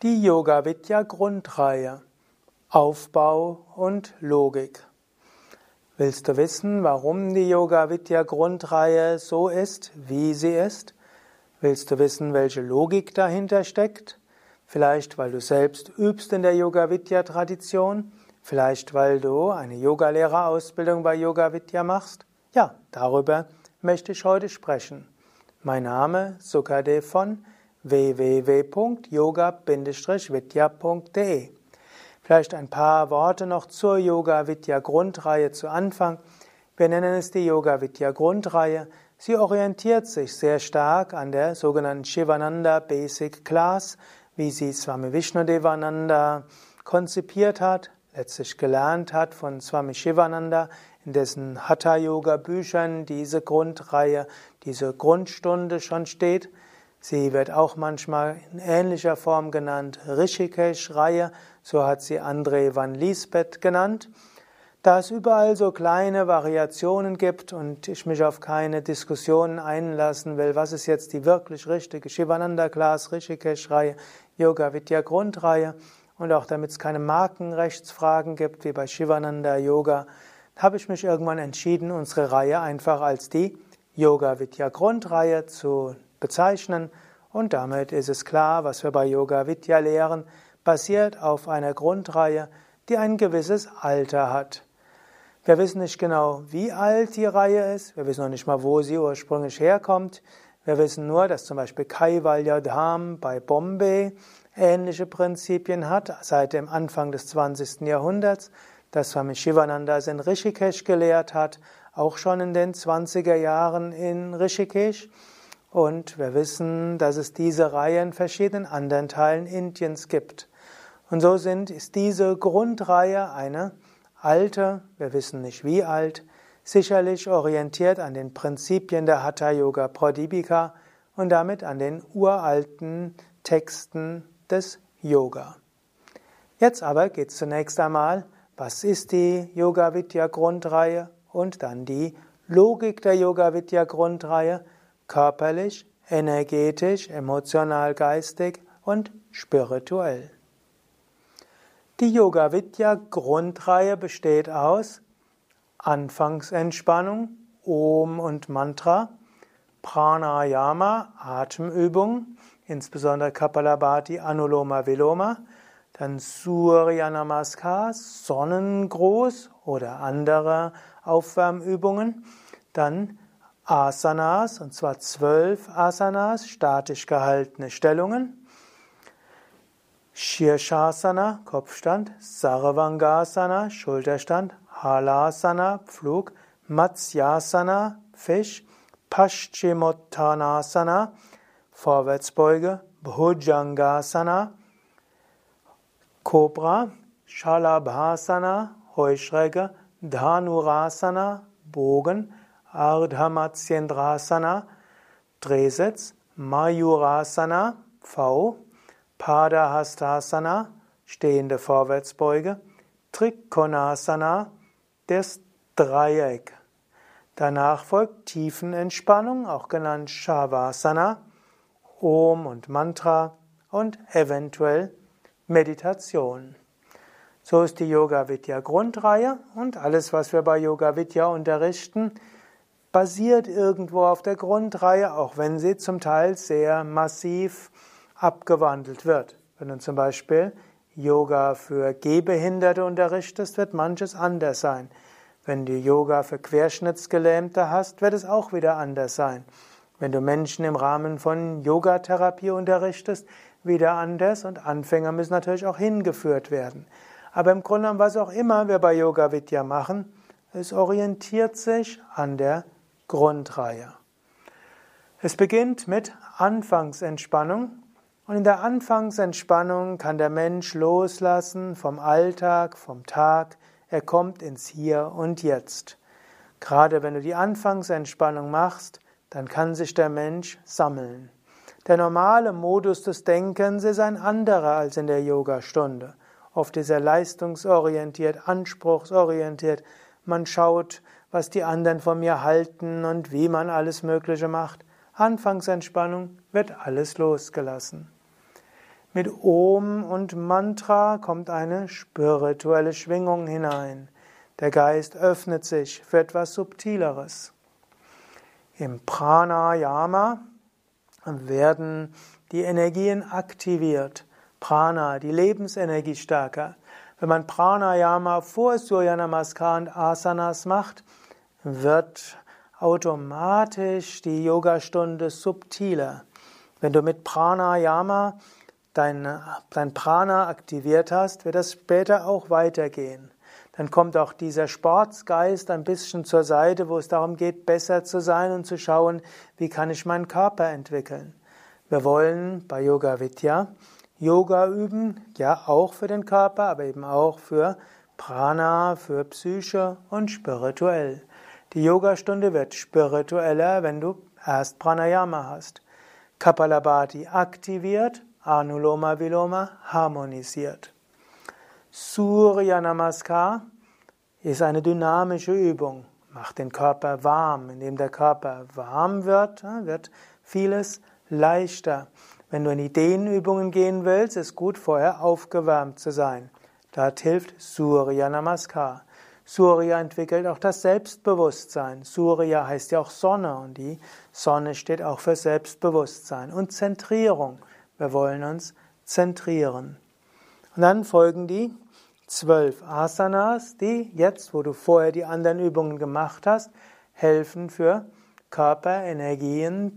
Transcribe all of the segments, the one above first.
Die Yoga Vidya Grundreihe Aufbau und Logik. Willst du wissen, warum die Yoga Vidya Grundreihe so ist, wie sie ist? Willst du wissen, welche Logik dahinter steckt? Vielleicht, weil du selbst übst in der Yoga Vidya Tradition? Vielleicht, weil du eine Yogalehrerausbildung bei Yoga Vidya machst? Ja, darüber möchte ich heute sprechen. Mein Name Sukadev von www.yoga-vidya.de. Vielleicht ein paar Worte noch zur Yoga Vidya Grundreihe zu Anfang. Wir nennen es die Yoga Vidya Grundreihe. Sie orientiert sich sehr stark an der sogenannten Shivananda Basic Class, wie sie Swami Vishnudevananda konzipiert hat, letztlich gelernt hat von Swami Shivananda, in dessen Hatha Yoga Büchern diese Grundreihe, diese Grundstunde schon steht. Sie wird auch manchmal in ähnlicher Form genannt Rishikesh-Reihe, so hat sie André van Liesbeth genannt. Da es überall so kleine Variationen gibt und ich mich auf keine Diskussionen einlassen will, was ist jetzt die wirklich richtige Shivananda-Class, Rishikesh-Reihe, Yoga-Vidya-Grundreihe und auch damit es keine Markenrechtsfragen gibt wie bei Shivananda Yoga, habe ich mich irgendwann entschieden, unsere Reihe einfach als die Yoga-Vidya-Grundreihe zu bezeichnen und damit ist es klar, was wir bei Yoga Vidya lehren, basiert auf einer Grundreihe, die ein gewisses Alter hat. Wir wissen nicht genau, wie alt die Reihe ist, wir wissen noch nicht mal, wo sie ursprünglich herkommt. Wir wissen nur, dass zum Beispiel Kaivalya Dham bei Bombay ähnliche Prinzipien hat, seit dem Anfang des 20. Jahrhunderts, dass Swami Shivananda es in Rishikesh gelehrt hat, auch schon in den 20er Jahren in Rishikesh. Und wir wissen, dass es diese Reihe in verschiedenen anderen Teilen Indiens gibt. Und so ist diese Grundreihe eine alte, wir wissen nicht wie alt, sicherlich orientiert an den Prinzipien der Hatha Yoga Pradipika und damit an den uralten Texten des Yoga. Jetzt aber geht es zunächst einmal, was ist die Yoga Vidya Grundreihe und dann die Logik der Yoga Vidya Grundreihe, körperlich, energetisch, emotional, geistig und spirituell. Die Yoga Vidya Grundreihe besteht aus Anfangsentspannung, Om und Mantra, Pranayama, Atemübung, insbesondere Kapalabhati, Anuloma Viloma, dann Surya Namaskar, Sonnengruß oder andere Aufwärmübungen, dann Asanas, und zwar 12 Asanas, statisch gehaltene Stellungen, Shirshasana, Kopfstand, Sarvangasana, Schulterstand, Halasana, Pflug, Matsyasana, Fisch, Paschimottanasana, Vorwärtsbeuge, Bhujangasana, Kobra, Shalabhasana, Heuschrecke, Dhanurasana, Bogen, Ardha Matsyendrasana, Drehsitz, Mayurasana, V, Padahastasana, stehende Vorwärtsbeuge, Trikonasana, das Dreieck. Danach folgt Tiefenentspannung, auch genannt Shavasana, Om und Mantra und eventuell Meditation. So ist die Yoga Vidya Grundreihe und alles, was wir bei Yoga Vidya unterrichten, basiert irgendwo auf der Grundreihe, auch wenn sie zum Teil sehr massiv abgewandelt wird. Wenn du zum Beispiel Yoga für Gehbehinderte unterrichtest, wird manches anders sein. Wenn du Yoga für Querschnittsgelähmte hast, wird es auch wieder anders sein. Wenn du Menschen im Rahmen von Yogatherapie unterrichtest, wieder anders und Anfänger müssen natürlich auch hingeführt werden. Aber im Grunde genommen, was auch immer wir bei Yoga Vidya machen, es orientiert sich an der Grundreihe. Es beginnt mit Anfangsentspannung und in der Anfangsentspannung kann der Mensch loslassen vom Alltag, vom Tag, er kommt ins Hier und Jetzt. Gerade wenn du die Anfangsentspannung machst, dann kann sich der Mensch sammeln. Der normale Modus des Denkens ist ein anderer als in der Yogastunde. Oft ist er leistungsorientiert, anspruchsorientiert. Man schaut, was die anderen von mir halten und wie man alles Mögliche macht. Anfangsentspannung wird alles losgelassen. Mit Om und Mantra kommt eine spirituelle Schwingung hinein. Der Geist öffnet sich für etwas Subtileres. Im Pranayama werden die Energien aktiviert. Prana, die Lebensenergie stärker. Wenn man Pranayama vor Surya Namaskar und Asanas macht, wird automatisch die Yogastunde subtiler. Wenn du mit Pranayama dein Prana aktiviert hast, wird das später auch weitergehen. Dann kommt auch dieser Sportsgeist ein bisschen zur Seite, wo es darum geht, besser zu sein und zu schauen, wie kann ich meinen Körper entwickeln. Wir wollen bei Yoga Vidya Yoga üben, ja auch für den Körper, aber eben auch für Prana, für Psyche und spirituell. Die Yogastunde wird spiritueller, wenn du erst Pranayama hast. Kapalabhati aktiviert, Anuloma Viloma harmonisiert. Surya Namaskar ist eine dynamische Übung. Macht den Körper warm. Indem der Körper warm wird, wird vieles leichter. Wenn du in Ideenübungen gehen willst, ist gut, vorher aufgewärmt zu sein. Dort hilft Surya Namaskar. Surya entwickelt auch das Selbstbewusstsein. Surya heißt ja auch Sonne und die Sonne steht auch für Selbstbewusstsein und Zentrierung. Wir wollen uns zentrieren. Und dann folgen die 12 Asanas, die jetzt, wo du vorher die anderen Übungen gemacht hast, helfen für Körper, Energien,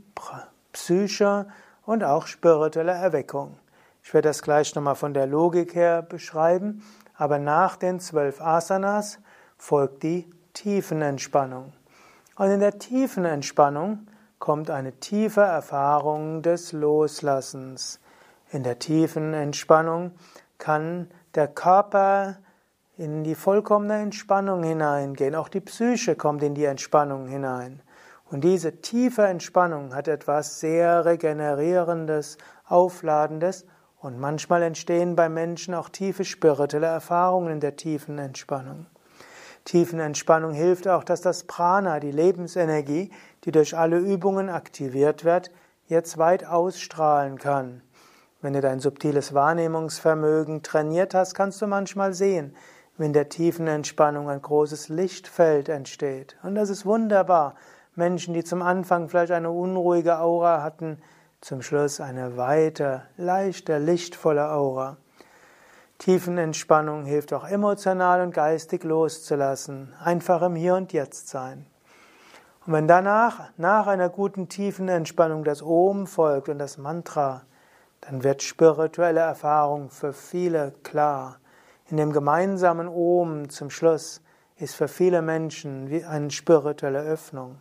Psyche und auch spirituelle Erweckung. Ich werde das gleich nochmal von der Logik her beschreiben, aber nach den 12 Asanas folgt die Tiefenentspannung. Und in der Tiefenentspannung kommt eine tiefe Erfahrung des Loslassens. In der tiefen Entspannung kann der Körper in die vollkommene Entspannung hineingehen. Auch die Psyche kommt in die Entspannung hinein. Und diese tiefe Entspannung hat etwas sehr Regenerierendes, Aufladendes und manchmal entstehen bei Menschen auch tiefe spirituelle Erfahrungen in der tiefen Entspannung. Tiefenentspannung hilft auch, dass das Prana, die Lebensenergie, die durch alle Übungen aktiviert wird, jetzt weit ausstrahlen kann. Wenn du dein subtiles Wahrnehmungsvermögen trainiert hast, kannst du manchmal sehen, wie in der tiefen Entspannung ein großes Lichtfeld entsteht. Und das ist wunderbar. Menschen, die zum Anfang vielleicht eine unruhige Aura hatten, zum Schluss eine weite, leichte, lichtvolle Aura. Tiefenentspannung hilft auch emotional und geistig loszulassen, einfach im Hier und Jetzt sein. Und wenn danach, nach einer guten tiefen Entspannung, das Om folgt und das Mantra, dann wird spirituelle Erfahrung für viele klar. In dem gemeinsamen Om zum Schluss ist für viele Menschen wie eine spirituelle Öffnung.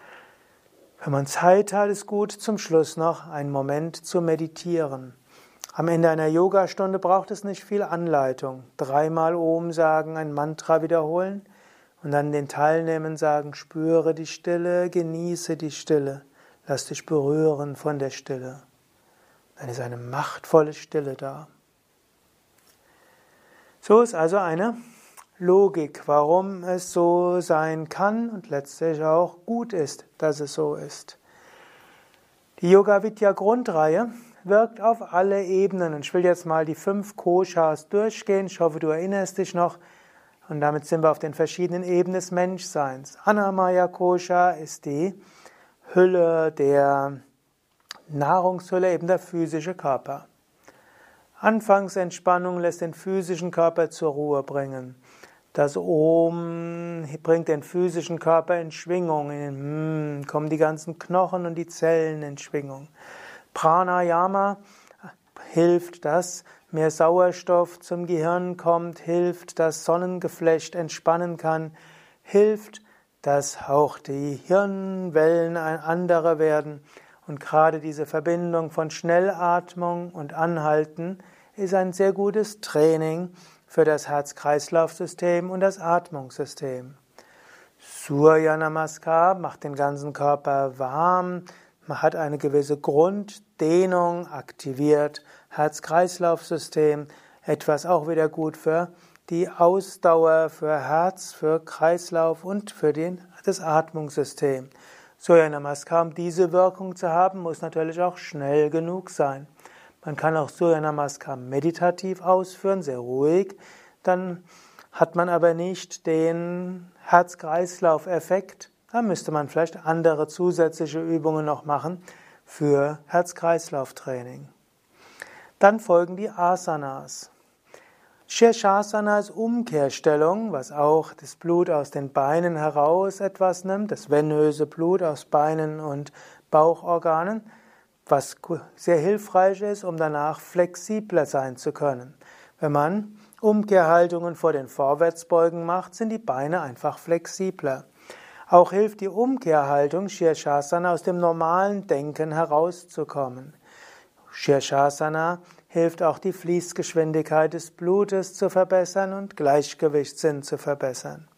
Wenn man Zeit hat, ist gut, zum Schluss noch einen Moment zu meditieren. Am Ende einer Yogastunde braucht es nicht viel Anleitung. 3-mal Om sagen, ein Mantra wiederholen und dann den Teilnehmern sagen, spüre die Stille, genieße die Stille, lass dich berühren von der Stille. Dann ist eine machtvolle Stille da. So ist also eine Logik, warum es so sein kann und letztlich auch gut ist, dass es so ist. Die Yoga Vidya Grundreihe wirkt auf alle Ebenen. Und ich will jetzt mal die 5 Koshas durchgehen. Ich hoffe, du erinnerst dich noch. Und damit sind wir auf den verschiedenen Ebenen des Menschseins. Annamaya Kosha ist die Hülle der Nahrungshülle, eben der physische Körper. Anfangsentspannung lässt den physischen Körper zur Ruhe bringen. Das Om bringt den physischen Körper in Schwingung. Kommen die ganzen Knochen und die Zellen in Schwingung. Pranayama hilft, dass mehr Sauerstoff zum Gehirn kommt, hilft, dass Sonnengeflecht entspannen kann, hilft, dass auch die Hirnwellen andere werden. Und gerade diese Verbindung von Schnellatmung und Anhalten ist ein sehr gutes Training für das Herz-Kreislauf-System und das Atmungssystem. Surya Namaskar macht den ganzen Körper warm, man hat eine gewisse Grunddehnung aktiviert, Herz-Kreislauf-System, etwas auch wieder gut für die Ausdauer, für Herz, für Kreislauf und für das Atmungssystem. Surya Namaskar, um diese Wirkung zu haben, muss natürlich auch schnell genug sein. Man kann auch Surya Namaskar meditativ ausführen, sehr ruhig. Dann hat man aber nicht den Herz-Kreislauf-Effekt. Da müsste man vielleicht andere zusätzliche Übungen noch machen für Herz-Kreislauf-Training. Dann folgen die Asanas. Shirshasana ist Umkehrstellung, was auch das Blut aus den Beinen heraus etwas nimmt, das venöse Blut aus Beinen und Bauchorganen, was sehr hilfreich ist, um danach flexibler sein zu können. Wenn man Umkehrhaltungen vor den Vorwärtsbeugen macht, sind die Beine einfach flexibler. Auch hilft die Umkehrhaltung Shirshasana aus dem normalen Denken herauszukommen. Shirshasana hilft auch die Fließgeschwindigkeit des Blutes zu verbessern und Gleichgewichtssinn zu verbessern.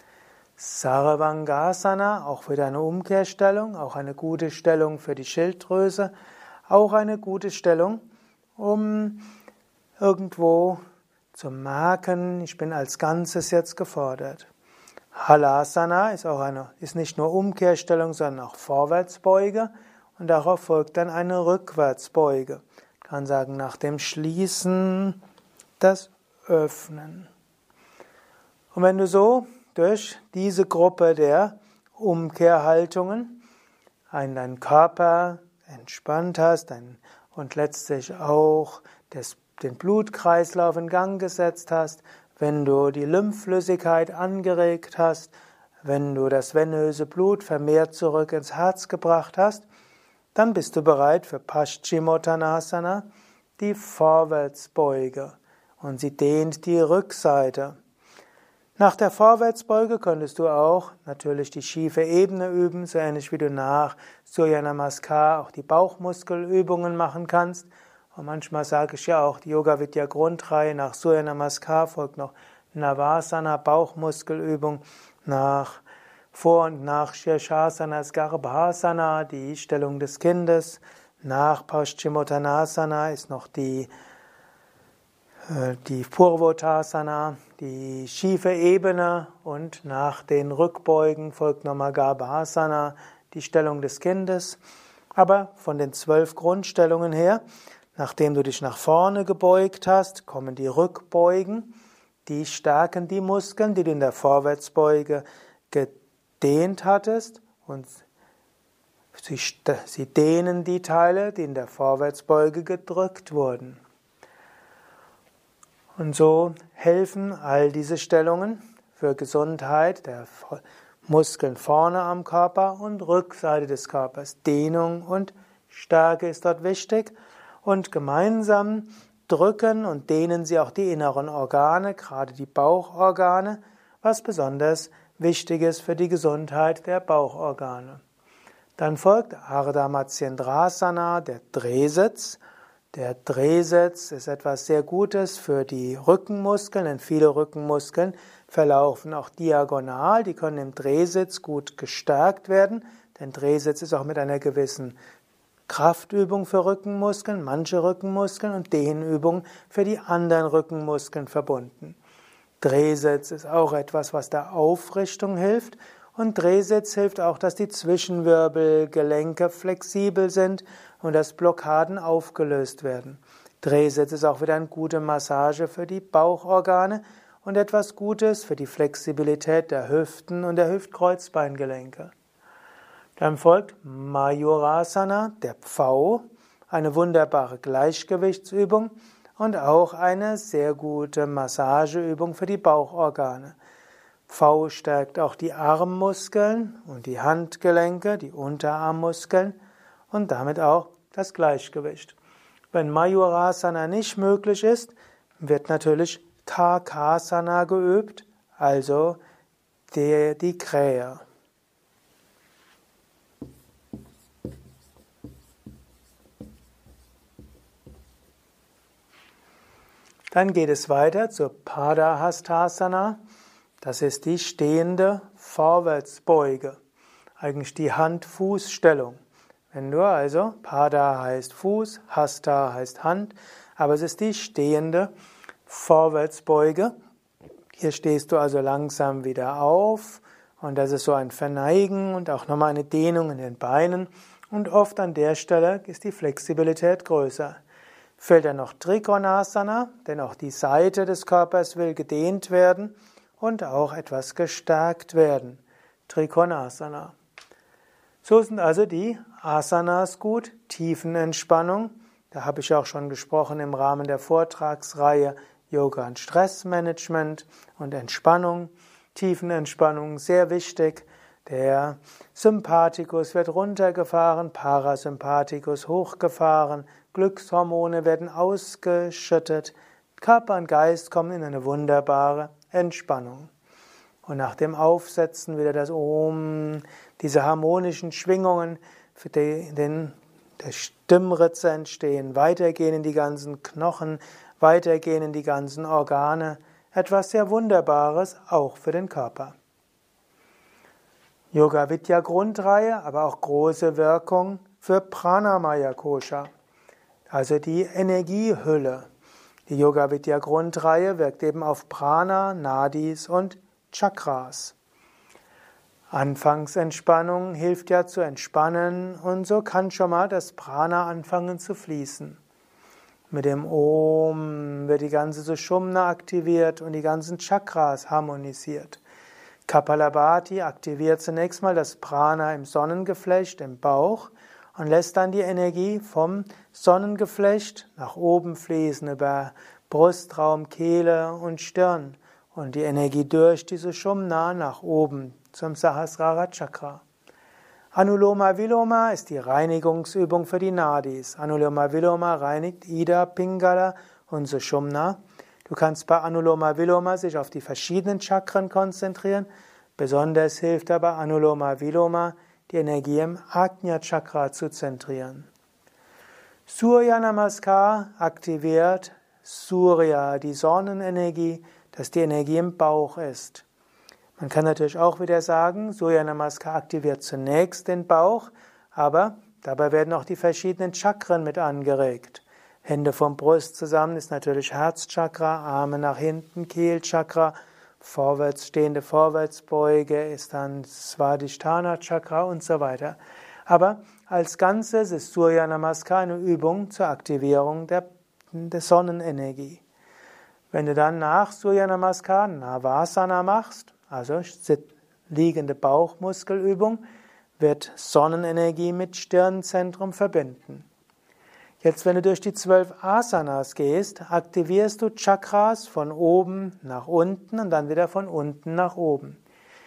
Sarvangasana, auch wieder eine Umkehrstellung, auch eine gute Stellung für die Schilddrüse, auch eine gute Stellung, um irgendwo zu merken, ich bin als Ganzes jetzt gefordert. Halasana ist nicht nur Umkehrstellung, sondern auch Vorwärtsbeuge und darauf folgt dann eine Rückwärtsbeuge. Ich kann sagen, nach dem Schließen das Öffnen. Und wenn du so durch diese Gruppe der Umkehrhaltungen deinen Körper entspannt hast und letztlich auch den Blutkreislauf in Gang gesetzt hast, wenn du die Lymphflüssigkeit angeregt hast, wenn du das venöse Blut vermehrt zurück ins Herz gebracht hast, dann bist du bereit für Paschimottanasana, die Vorwärtsbeuge. Und sie dehnt die Rückseite. Nach der Vorwärtsbeuge könntest du auch natürlich die schiefe Ebene üben, so ähnlich wie du nach Surya Namaskar auch die Bauchmuskelübungen machen kannst. Und manchmal sage ich ja auch, die Yoga Vidya Grundreihe nach Surya Namaskar folgt noch Navasana, Bauchmuskelübung, vor und nach Shirshasana ist Garbhasana, die Stellung des Kindes. Nach Paschimottanasana ist noch die Purvottasana, die schiefe Ebene, und nach den Rückbeugen folgt nochmal Garbhasana, die Stellung des Kindes. Aber von den 12 Grundstellungen her, nachdem du dich nach vorne gebeugt hast, kommen die Rückbeugen, die stärken die Muskeln, die du in der Vorwärtsbeuge gedehnt hattest, und sie dehnen die Teile, die in der Vorwärtsbeuge gedrückt wurden. Und so helfen all diese Stellungen für Gesundheit der Muskeln vorne am Körper und Rückseite des Körpers. Dehnung und Stärke ist dort wichtig, und gemeinsam drücken und dehnen sie auch die inneren Organe, gerade die Bauchorgane, was besonders wichtig ist für die Gesundheit der Bauchorgane. Dann folgt Ardha Matsyendrasana, der Drehsitz. Der Drehsitz ist etwas sehr Gutes für die Rückenmuskeln, denn viele Rückenmuskeln verlaufen auch diagonal. Die können im Drehsitz gut gestärkt werden, denn Drehsitz ist auch mit einer gewissen Kraftübung für Rückenmuskeln, manche Rückenmuskeln, und Dehnübung für die anderen Rückenmuskeln verbunden. Drehsitz ist auch etwas, was der Aufrichtung hilft, und Drehsitz hilft auch, dass die Zwischenwirbelgelenke flexibel sind und dass Blockaden aufgelöst werden. Drehsitz ist auch wieder eine gute Massage für die Bauchorgane und etwas Gutes für die Flexibilität der Hüften und der Hüft-Kreuzbeingelenke. Dann folgt Mayurasana, der Pfau, eine wunderbare Gleichgewichtsübung und auch eine sehr gute Massageübung für die Bauchorgane. Pfau stärkt auch die Armmuskeln und die Handgelenke, die Unterarmmuskeln und damit auch das Gleichgewicht. Wenn Mayurasana nicht möglich ist, wird natürlich Karkasana geübt, also die Krähe. Dann geht es weiter zur Padahastasana. Das ist die stehende Vorwärtsbeuge, eigentlich die Hand-Fuß-Stellung. Wenn du also, Pada heißt Fuß, Hasta heißt Hand, aber es ist die stehende Vorwärtsbeuge. Hier stehst du also langsam wieder auf, und das ist so ein Verneigen und auch nochmal eine Dehnung in den Beinen, und oft an der Stelle ist die Flexibilität größer. Fehlt dann noch Trikonasana, denn auch die Seite des Körpers will gedehnt werden und auch etwas gestärkt werden. Trikonasana. So sind also die Asanas gut, Tiefenentspannung. Da habe ich auch schon gesprochen im Rahmen der Vortragsreihe Yoga und Stressmanagement und Entspannung. Tiefenentspannung, sehr wichtig. Der Sympathikus wird runtergefahren, Parasympathikus hochgefahren, Glückshormone werden ausgeschüttet, Körper und Geist kommen in eine wunderbare Entspannung. Und nach dem Aufsetzen wieder das Om, diese harmonischen Schwingungen, für der Stimmritze entstehen, weitergehen in die ganzen Knochen, weitergehen in die ganzen Organe. Etwas sehr Wunderbares, auch für den Körper. Yoga Vidya Grundreihe, aber auch große Wirkung für Pranamaya Kosha, also die Energiehülle. Die Yoga Vidya Grundreihe wirkt eben auf Prana, Nadis und Chakras. Anfangsentspannung hilft ja zu entspannen und so kann schon mal das Prana anfangen zu fließen. Mit dem Om wird die ganze Sushumna aktiviert und die ganzen Chakras harmonisiert. Kapalabhati aktiviert zunächst mal das Prana im Sonnengeflecht, im Bauch und lässt dann die Energie vom Sonnengeflecht nach oben fließen über Brustraum, Kehle und Stirn und die Energie durch die Sushumna nach oben zum Sahasrara Chakra. Anuloma Viloma ist die Reinigungsübung für die Nadis. Anuloma Viloma reinigt Ida, Pingala und Sushumna. Du kannst bei Anuloma Viloma sich auf die verschiedenen Chakren konzentrieren. Besonders hilft aber Anuloma Viloma, die Energie im Ajna Chakra zu zentrieren. Surya Namaskar aktiviert Surya, die Sonnenenergie, dass die Energie im Bauch ist. Man kann natürlich auch wieder sagen, Surya Namaskar aktiviert zunächst den Bauch, aber dabei werden auch die verschiedenen Chakren mit angeregt. Hände vom Brust zusammen ist natürlich Herzchakra, Arme nach hinten, Kehlchakra, vorwärts stehende Vorwärtsbeuge ist dann Svadhisthana Chakra und so weiter. Aber als Ganzes ist Surya Namaskar eine Übung zur Aktivierung der Sonnenenergie. Wenn du dann nach Surya Namaskar Navasana machst, also liegende Bauchmuskelübung, wird Sonnenenergie mit Stirnzentrum verbinden. Jetzt, wenn du durch die 12 Asanas gehst, aktivierst du Chakras von oben nach unten und dann wieder von unten nach oben.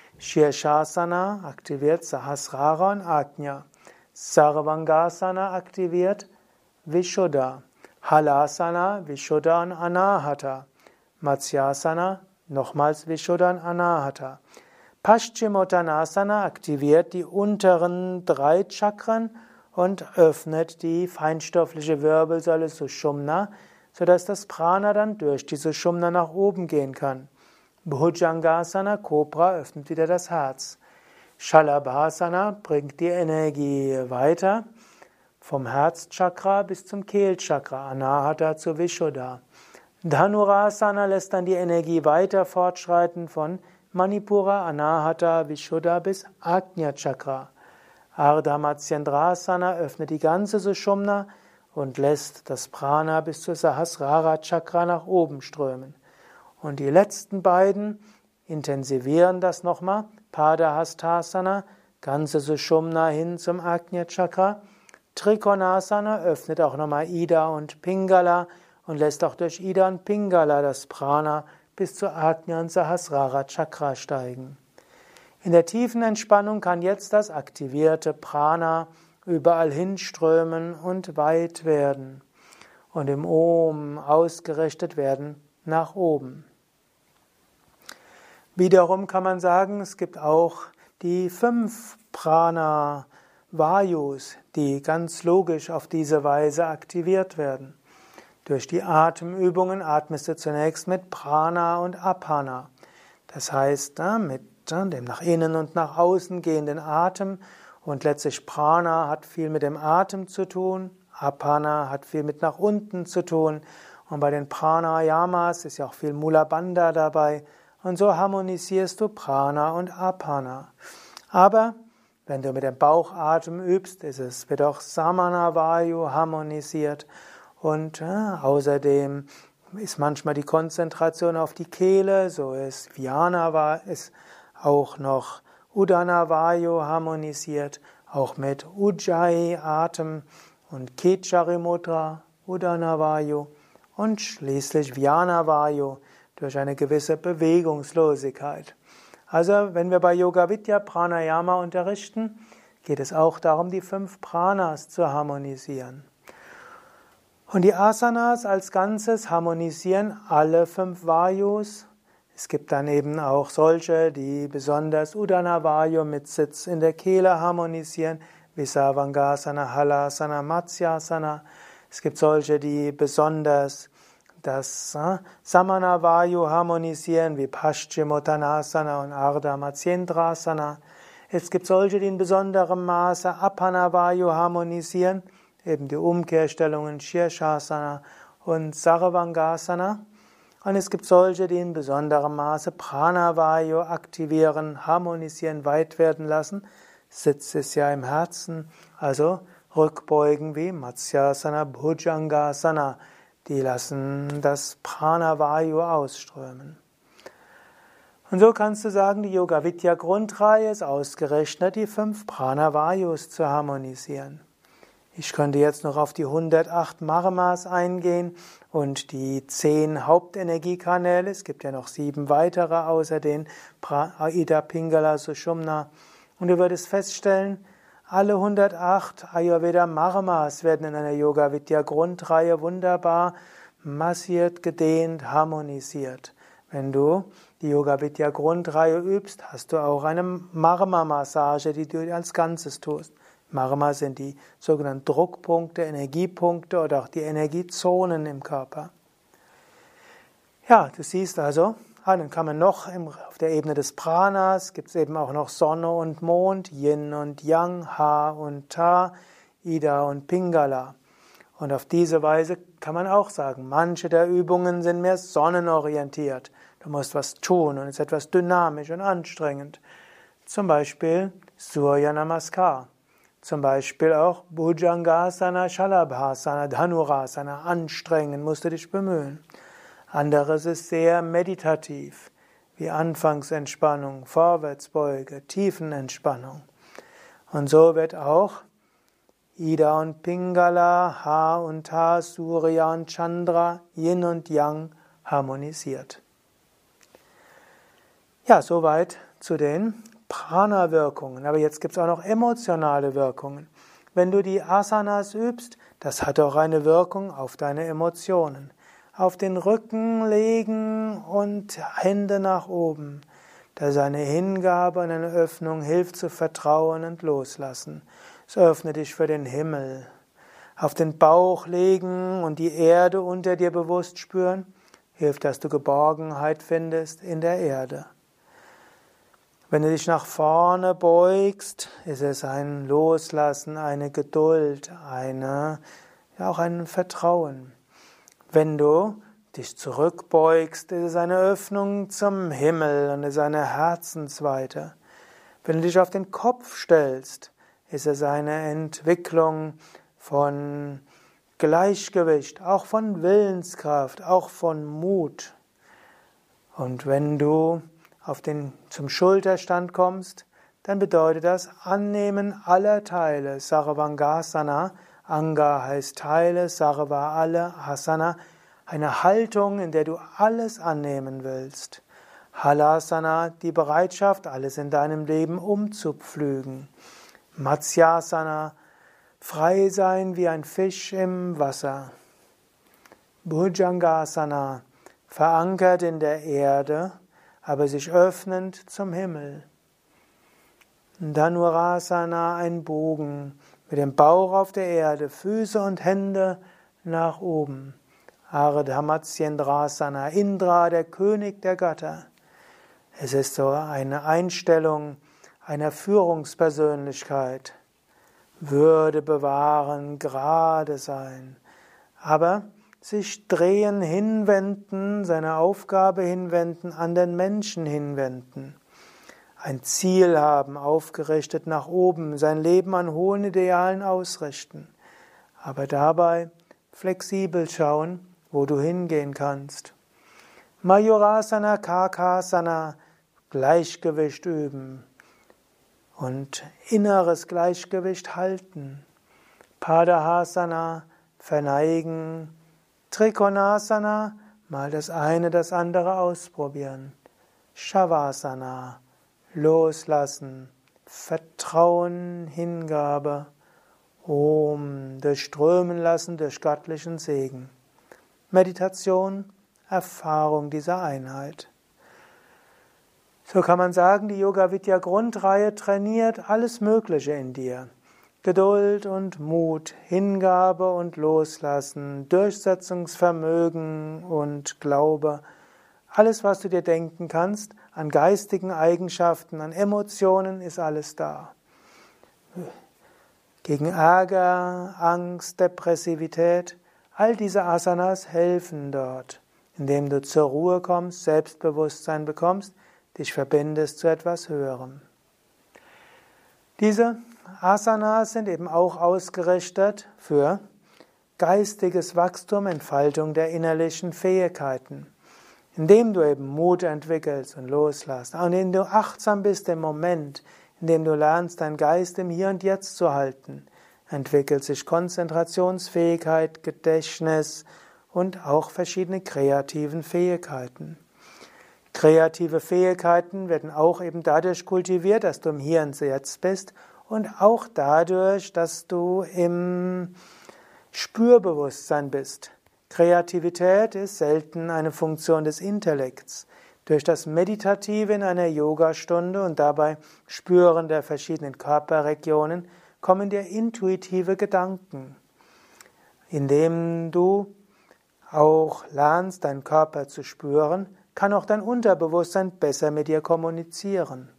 Shirshasana aktiviert Sahasrara und Ajna. Sarvangasana aktiviert Vishuddha. Halasana, Vishuddha und Anahata. Matsyasana, nochmals Vishuddha und Anahata. Paschimottanasana aktiviert die unteren 3 Chakren und öffnet die feinstoffliche Wirbelsäule Sushumna, sodass das Prana dann durch die Sushumna nach oben gehen kann. Bhujangasana, Kobra, öffnet wieder das Herz. Shalabhasana bringt die Energie weiter vom Herzchakra bis zum Kehlchakra, Anahata zu Vishuddha. Dhanurasana lässt dann die Energie weiter fortschreiten von Manipura, Anahata, Vishuddha bis Ajna Chakra. Ardha Matsyendrasana öffnet die ganze Sushumna und lässt das Prana bis zur Sahasrara Chakra nach oben strömen. Und die letzten beiden intensivieren das nochmal. Padahastasana, ganze Sushumna hin zum Ajna Chakra. Trikonasana öffnet auch nochmal Ida und Pingala und lässt auch durch Ida und Pingala das Prana bis zur Ajna und Sahasrara Chakra steigen. In der tiefen Entspannung kann jetzt das aktivierte Prana überall hinströmen und weit werden und im Om ausgerichtet werden nach oben. Wiederum kann man sagen, es gibt auch die 5 Prana-Vayus, die ganz logisch auf diese Weise aktiviert werden. Durch die Atemübungen atmest du zunächst mit Prana und Apana. Das heißt, mit dem nach innen und nach außen gehenden Atem und letztlich Prana hat viel mit dem Atem zu tun, Apana hat viel mit nach unten zu tun und bei den Pranayamas ist ja auch viel Mula Bandha dabei und so harmonisierst du Prana und Apana. Aber wenn du mit dem Bauchatem übst, wird auch Samana Vayu harmonisiert Und außerdem ist manchmal die Konzentration auf die Kehle, so ist Vijnana ist auch noch Udana Vayu harmonisiert, auch mit Ujjayi Atem und Khechari Mudra, Udana Vayu und schließlich Vijnana Vayu durch eine gewisse Bewegungslosigkeit. Also, wenn wir bei Yoga Vidya Pranayama unterrichten, geht es auch darum, die 5 Pranas zu harmonisieren. Und die Asanas als Ganzes harmonisieren alle 5 Vayus. Es gibt dann eben auch solche, die besonders Udana Vayu mit Sitz in der Kehle harmonisieren, wie Savangasana, Halasana, Matsyasana. Es gibt solche, die besonders das Samana Vayu harmonisieren, wie Paschimottanasana und Ardha Matsyendrasana. Es gibt solche, die in besonderem Maße Apana Vayu harmonisieren, eben die Umkehrstellungen Shirshasana und Sarvangasana. Und es gibt solche, die in besonderem Maße Pranavayu aktivieren, harmonisieren, weit werden lassen. Sitz ist ja im Herzen, also Rückbeugen wie Matsyasana, Bhujangasana. Die lassen das Pranavayu ausströmen. Und so kannst du sagen, die Yoga Vidya Grundreihe ist ausgerechnet, die 5 Pranavayus zu harmonisieren. Ich könnte jetzt noch auf die 108 Marmas eingehen und die 10 Hauptenergiekanäle. Es gibt ja noch 7 weitere außer den Ida, Pingala, Sushumna. Und du würdest feststellen, alle 108 Ayurveda Marmas werden in einer Yoga Vidya Grundreihe wunderbar massiert, gedehnt, harmonisiert. Wenn du die Yoga Vidya Grundreihe übst, hast du auch eine Marma-Massage, die du als Ganzes tust. Marma sind die sogenannten Druckpunkte, Energiepunkte oder auch die Energiezonen im Körper. Ja, du siehst also, dann kann man noch auf der Ebene des Pranas, gibt es eben auch noch Sonne und Mond, Yin und Yang, Ha und Ta, Ida und Pingala. Und auf diese Weise kann man auch sagen, manche der Übungen sind mehr sonnenorientiert. Du musst was tun und es ist etwas dynamisch und anstrengend. Zum Beispiel Surya Namaskar. Zum Beispiel auch Bhujangasana, Shalabhasana, Dhanurasana. Anstrengen, musst du dich bemühen. Anderes ist sehr meditativ, wie Anfangsentspannung, Vorwärtsbeuge, Tiefenentspannung. Und so wird auch Ida und Pingala, Ha und Ta, Surya und Chandra, Yin und Yang harmonisiert. Ja, soweit zu den Prana-Wirkungen. Aber jetzt gibt es auch noch emotionale Wirkungen. Wenn du die Asanas übst, das hat auch eine Wirkung auf deine Emotionen. Auf den Rücken legen und Hände nach oben. Das ist eine Hingabe und eine Öffnung, hilft zu vertrauen und loslassen. Es öffnet dich für den Himmel. Auf den Bauch legen und die Erde unter dir bewusst spüren, hilft, dass du Geborgenheit findest in der Erde. Wenn du dich nach vorne beugst, ist es ein Loslassen, eine Geduld, auch ein Vertrauen. Wenn du dich zurückbeugst, ist es eine Öffnung zum Himmel und es ist eine Herzensweite. Wenn du dich auf den Kopf stellst, ist es eine Entwicklung von Gleichgewicht, auch von Willenskraft, auch von Mut. Und wenn du zum Schulterstand kommst, dann bedeutet das Annehmen aller Teile. Sarvangasana, Anga heißt Teile, Sarva alle, Asana, eine Haltung, in der du alles annehmen willst. Halasana, die Bereitschaft, alles in deinem Leben umzupflügen. Matsyasana, frei sein wie ein Fisch im Wasser. Bhujangasana, verankert in der Erde, aber sich öffnend zum Himmel. Dhanurasana, ein Bogen, mit dem Bauch auf der Erde, Füße und Hände nach oben. Ardha Matsyendrasana, Indra, der König der Götter. Es ist so eine Einstellung einer Führungspersönlichkeit. Würde bewahren, gerade sein. Aber sich drehen, hinwenden, seine Aufgabe hinwenden, an den Menschen hinwenden. Ein Ziel haben, aufgerichtet nach oben, sein Leben an hohen Idealen ausrichten. Aber dabei flexibel schauen, wo du hingehen kannst. Mayurasana, Karkasana, Gleichgewicht üben und inneres Gleichgewicht halten. Padahasana, verneigen. Trikonasana, mal das eine, das andere ausprobieren. Shavasana, loslassen, Vertrauen, Hingabe. Om, durchströmen lassen durch göttlichen Segen. Meditation, Erfahrung dieser Einheit. So kann man sagen, die Yoga-Vidya-Grundreihe trainiert alles Mögliche in dir. Geduld und Mut, Hingabe und Loslassen, Durchsetzungsvermögen und Glaube. Alles, was du dir denken kannst, an geistigen Eigenschaften, an Emotionen, ist alles da. Gegen Ärger, Angst, Depressivität, all diese Asanas helfen dort, indem du zur Ruhe kommst, Selbstbewusstsein bekommst, dich verbindest zu etwas Höherem. Diese Asanas sind eben auch ausgerichtet für geistiges Wachstum, Entfaltung der innerlichen Fähigkeiten. Indem du eben Mut entwickelst und loslässt, und indem du achtsam bist im Moment, indem du lernst, deinen Geist im Hier und Jetzt zu halten, entwickelt sich Konzentrationsfähigkeit, Gedächtnis und auch verschiedene kreativen Fähigkeiten. Kreative Fähigkeiten werden auch eben dadurch kultiviert, dass du im Hier und Jetzt bist und auch dadurch, dass du im Spürbewusstsein bist. Kreativität ist selten eine Funktion des Intellekts. Durch das Meditative in einer Yogastunde und dabei Spüren der verschiedenen Körperregionen kommen dir intuitive Gedanken. Indem du auch lernst, deinen Körper zu spüren, kann auch dein Unterbewusstsein besser mit dir kommunizieren.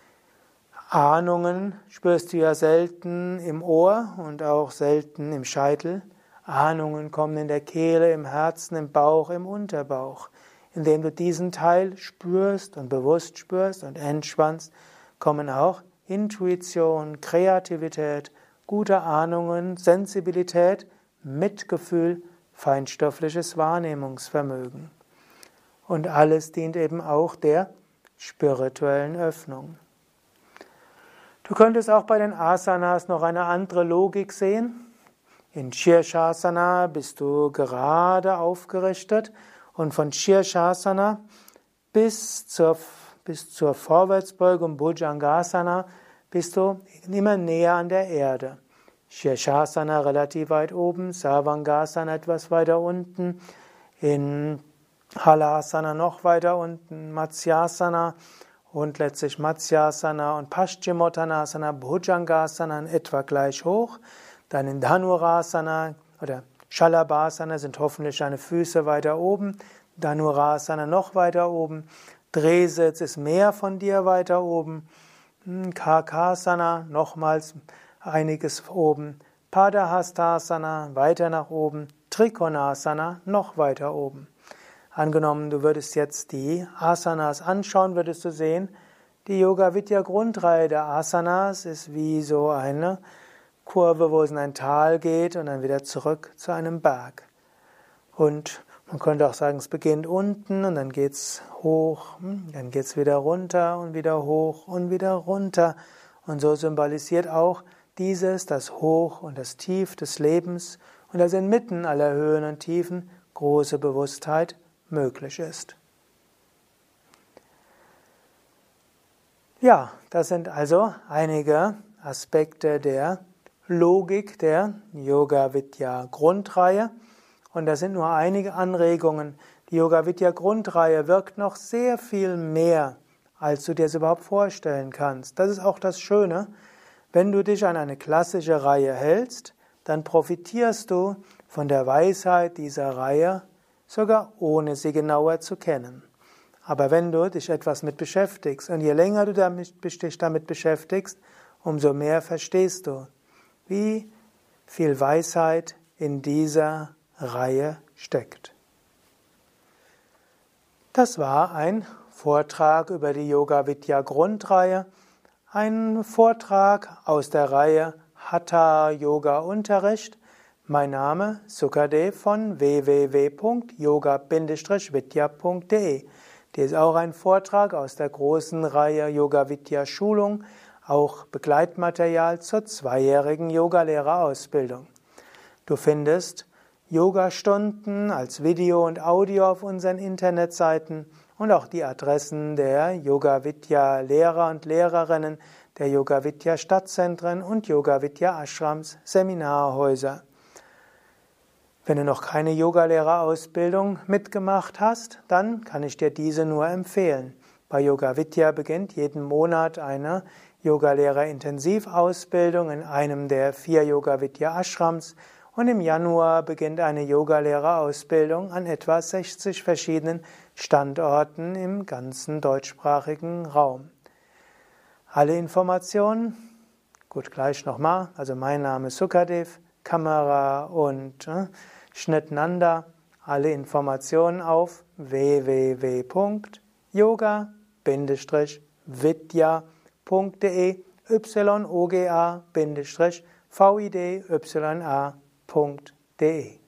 Ahnungen spürst du ja selten im Ohr und auch selten im Scheitel. Ahnungen kommen in der Kehle, im Herzen, im Bauch, im Unterbauch. Indem du diesen Teil spürst und bewusst spürst und entspannst, kommen auch Intuition, Kreativität, gute Ahnungen, Sensibilität, Mitgefühl, feinstoffliches Wahrnehmungsvermögen. Und alles dient eben auch der spirituellen Öffnung. Du könntest auch bei den Asanas noch eine andere Logik sehen. In Shirshasana bist du gerade aufgerichtet und von Shirshasana bis zur Vorwärtsbeugung Bhujangasana bist du immer näher an der Erde. Shirshasana relativ weit oben, Sarvangasana etwas weiter unten, in Halasana noch weiter unten, Matsyasana und letztlich Matsyasana und Paschimottanasana, Bhujangasana etwa gleich hoch. Dann in Dhanurasana oder Shalabhasana sind hoffentlich deine Füße weiter oben, Dhanurasana noch weiter oben, Drehsitz ist mehr von dir weiter oben, Karkasana nochmals einiges oben, Padahastasana weiter nach oben, Trikonasana noch weiter oben. Angenommen, du würdest jetzt die Asanas anschauen, würdest du sehen, die Yoga-Vidya-Grundreihe der Asanas ist wie so eine Kurve, wo es in ein Tal geht und dann wieder zurück zu einem Berg. Und man könnte auch sagen, es beginnt unten und dann geht's hoch, dann geht's wieder runter und wieder hoch und wieder runter. Und so symbolisiert auch dieses das Hoch und das Tief des Lebens und dass inmitten aller Höhen und Tiefen große Bewusstheit möglich ist. Ja, das sind also einige Aspekte der Logik der Yoga-Vidya-Grundreihe und das sind nur einige Anregungen. Die Yoga-Vidya-Grundreihe wirkt noch sehr viel mehr, als du dir es überhaupt vorstellen kannst. Das ist auch das Schöne. Wenn du dich an eine klassische Reihe hältst, dann profitierst du von der Weisheit dieser Reihe, sogar ohne sie genauer zu kennen. Aber wenn du dich etwas mit beschäftigst und je länger du dich damit beschäftigst, umso mehr verstehst du, wie viel Weisheit in dieser Reihe steckt. Das war ein Vortrag über die Yoga-Vidya-Grundreihe, ein Vortrag aus der Reihe Hatha Yoga Unterricht, Mein Name Sukadev von www.yoga-vidya.de. Dies ist auch ein Vortrag aus der großen Reihe Yoga Vidya Schulung, auch Begleitmaterial zur zweijährigen Yogalehrerausbildung. Du findest Yogastunden als Video und Audio auf unseren Internetseiten und auch die Adressen der Yoga Vidya Lehrer und Lehrerinnen, der Yoga Vidya Stadtzentren und Yoga Vidya Ashrams, Seminarhäuser. Wenn du noch keine Yogalehrerausbildung mitgemacht hast, dann kann ich dir diese nur empfehlen. Bei Yoga Vidya beginnt jeden Monat eine Yogalehrer-Intensivausbildung in einem der 4 Yoga Vidya Ashrams und im Januar beginnt eine Yogalehrerausbildung an etwa 60 verschiedenen Standorten im ganzen deutschsprachigen Raum. Alle Informationen, gut, gleich nochmal, also mein Name ist Sukadev, Kamera und Schnitt Nanda, alle Informationen auf www.yoga-vidya.de yoga-vidya.de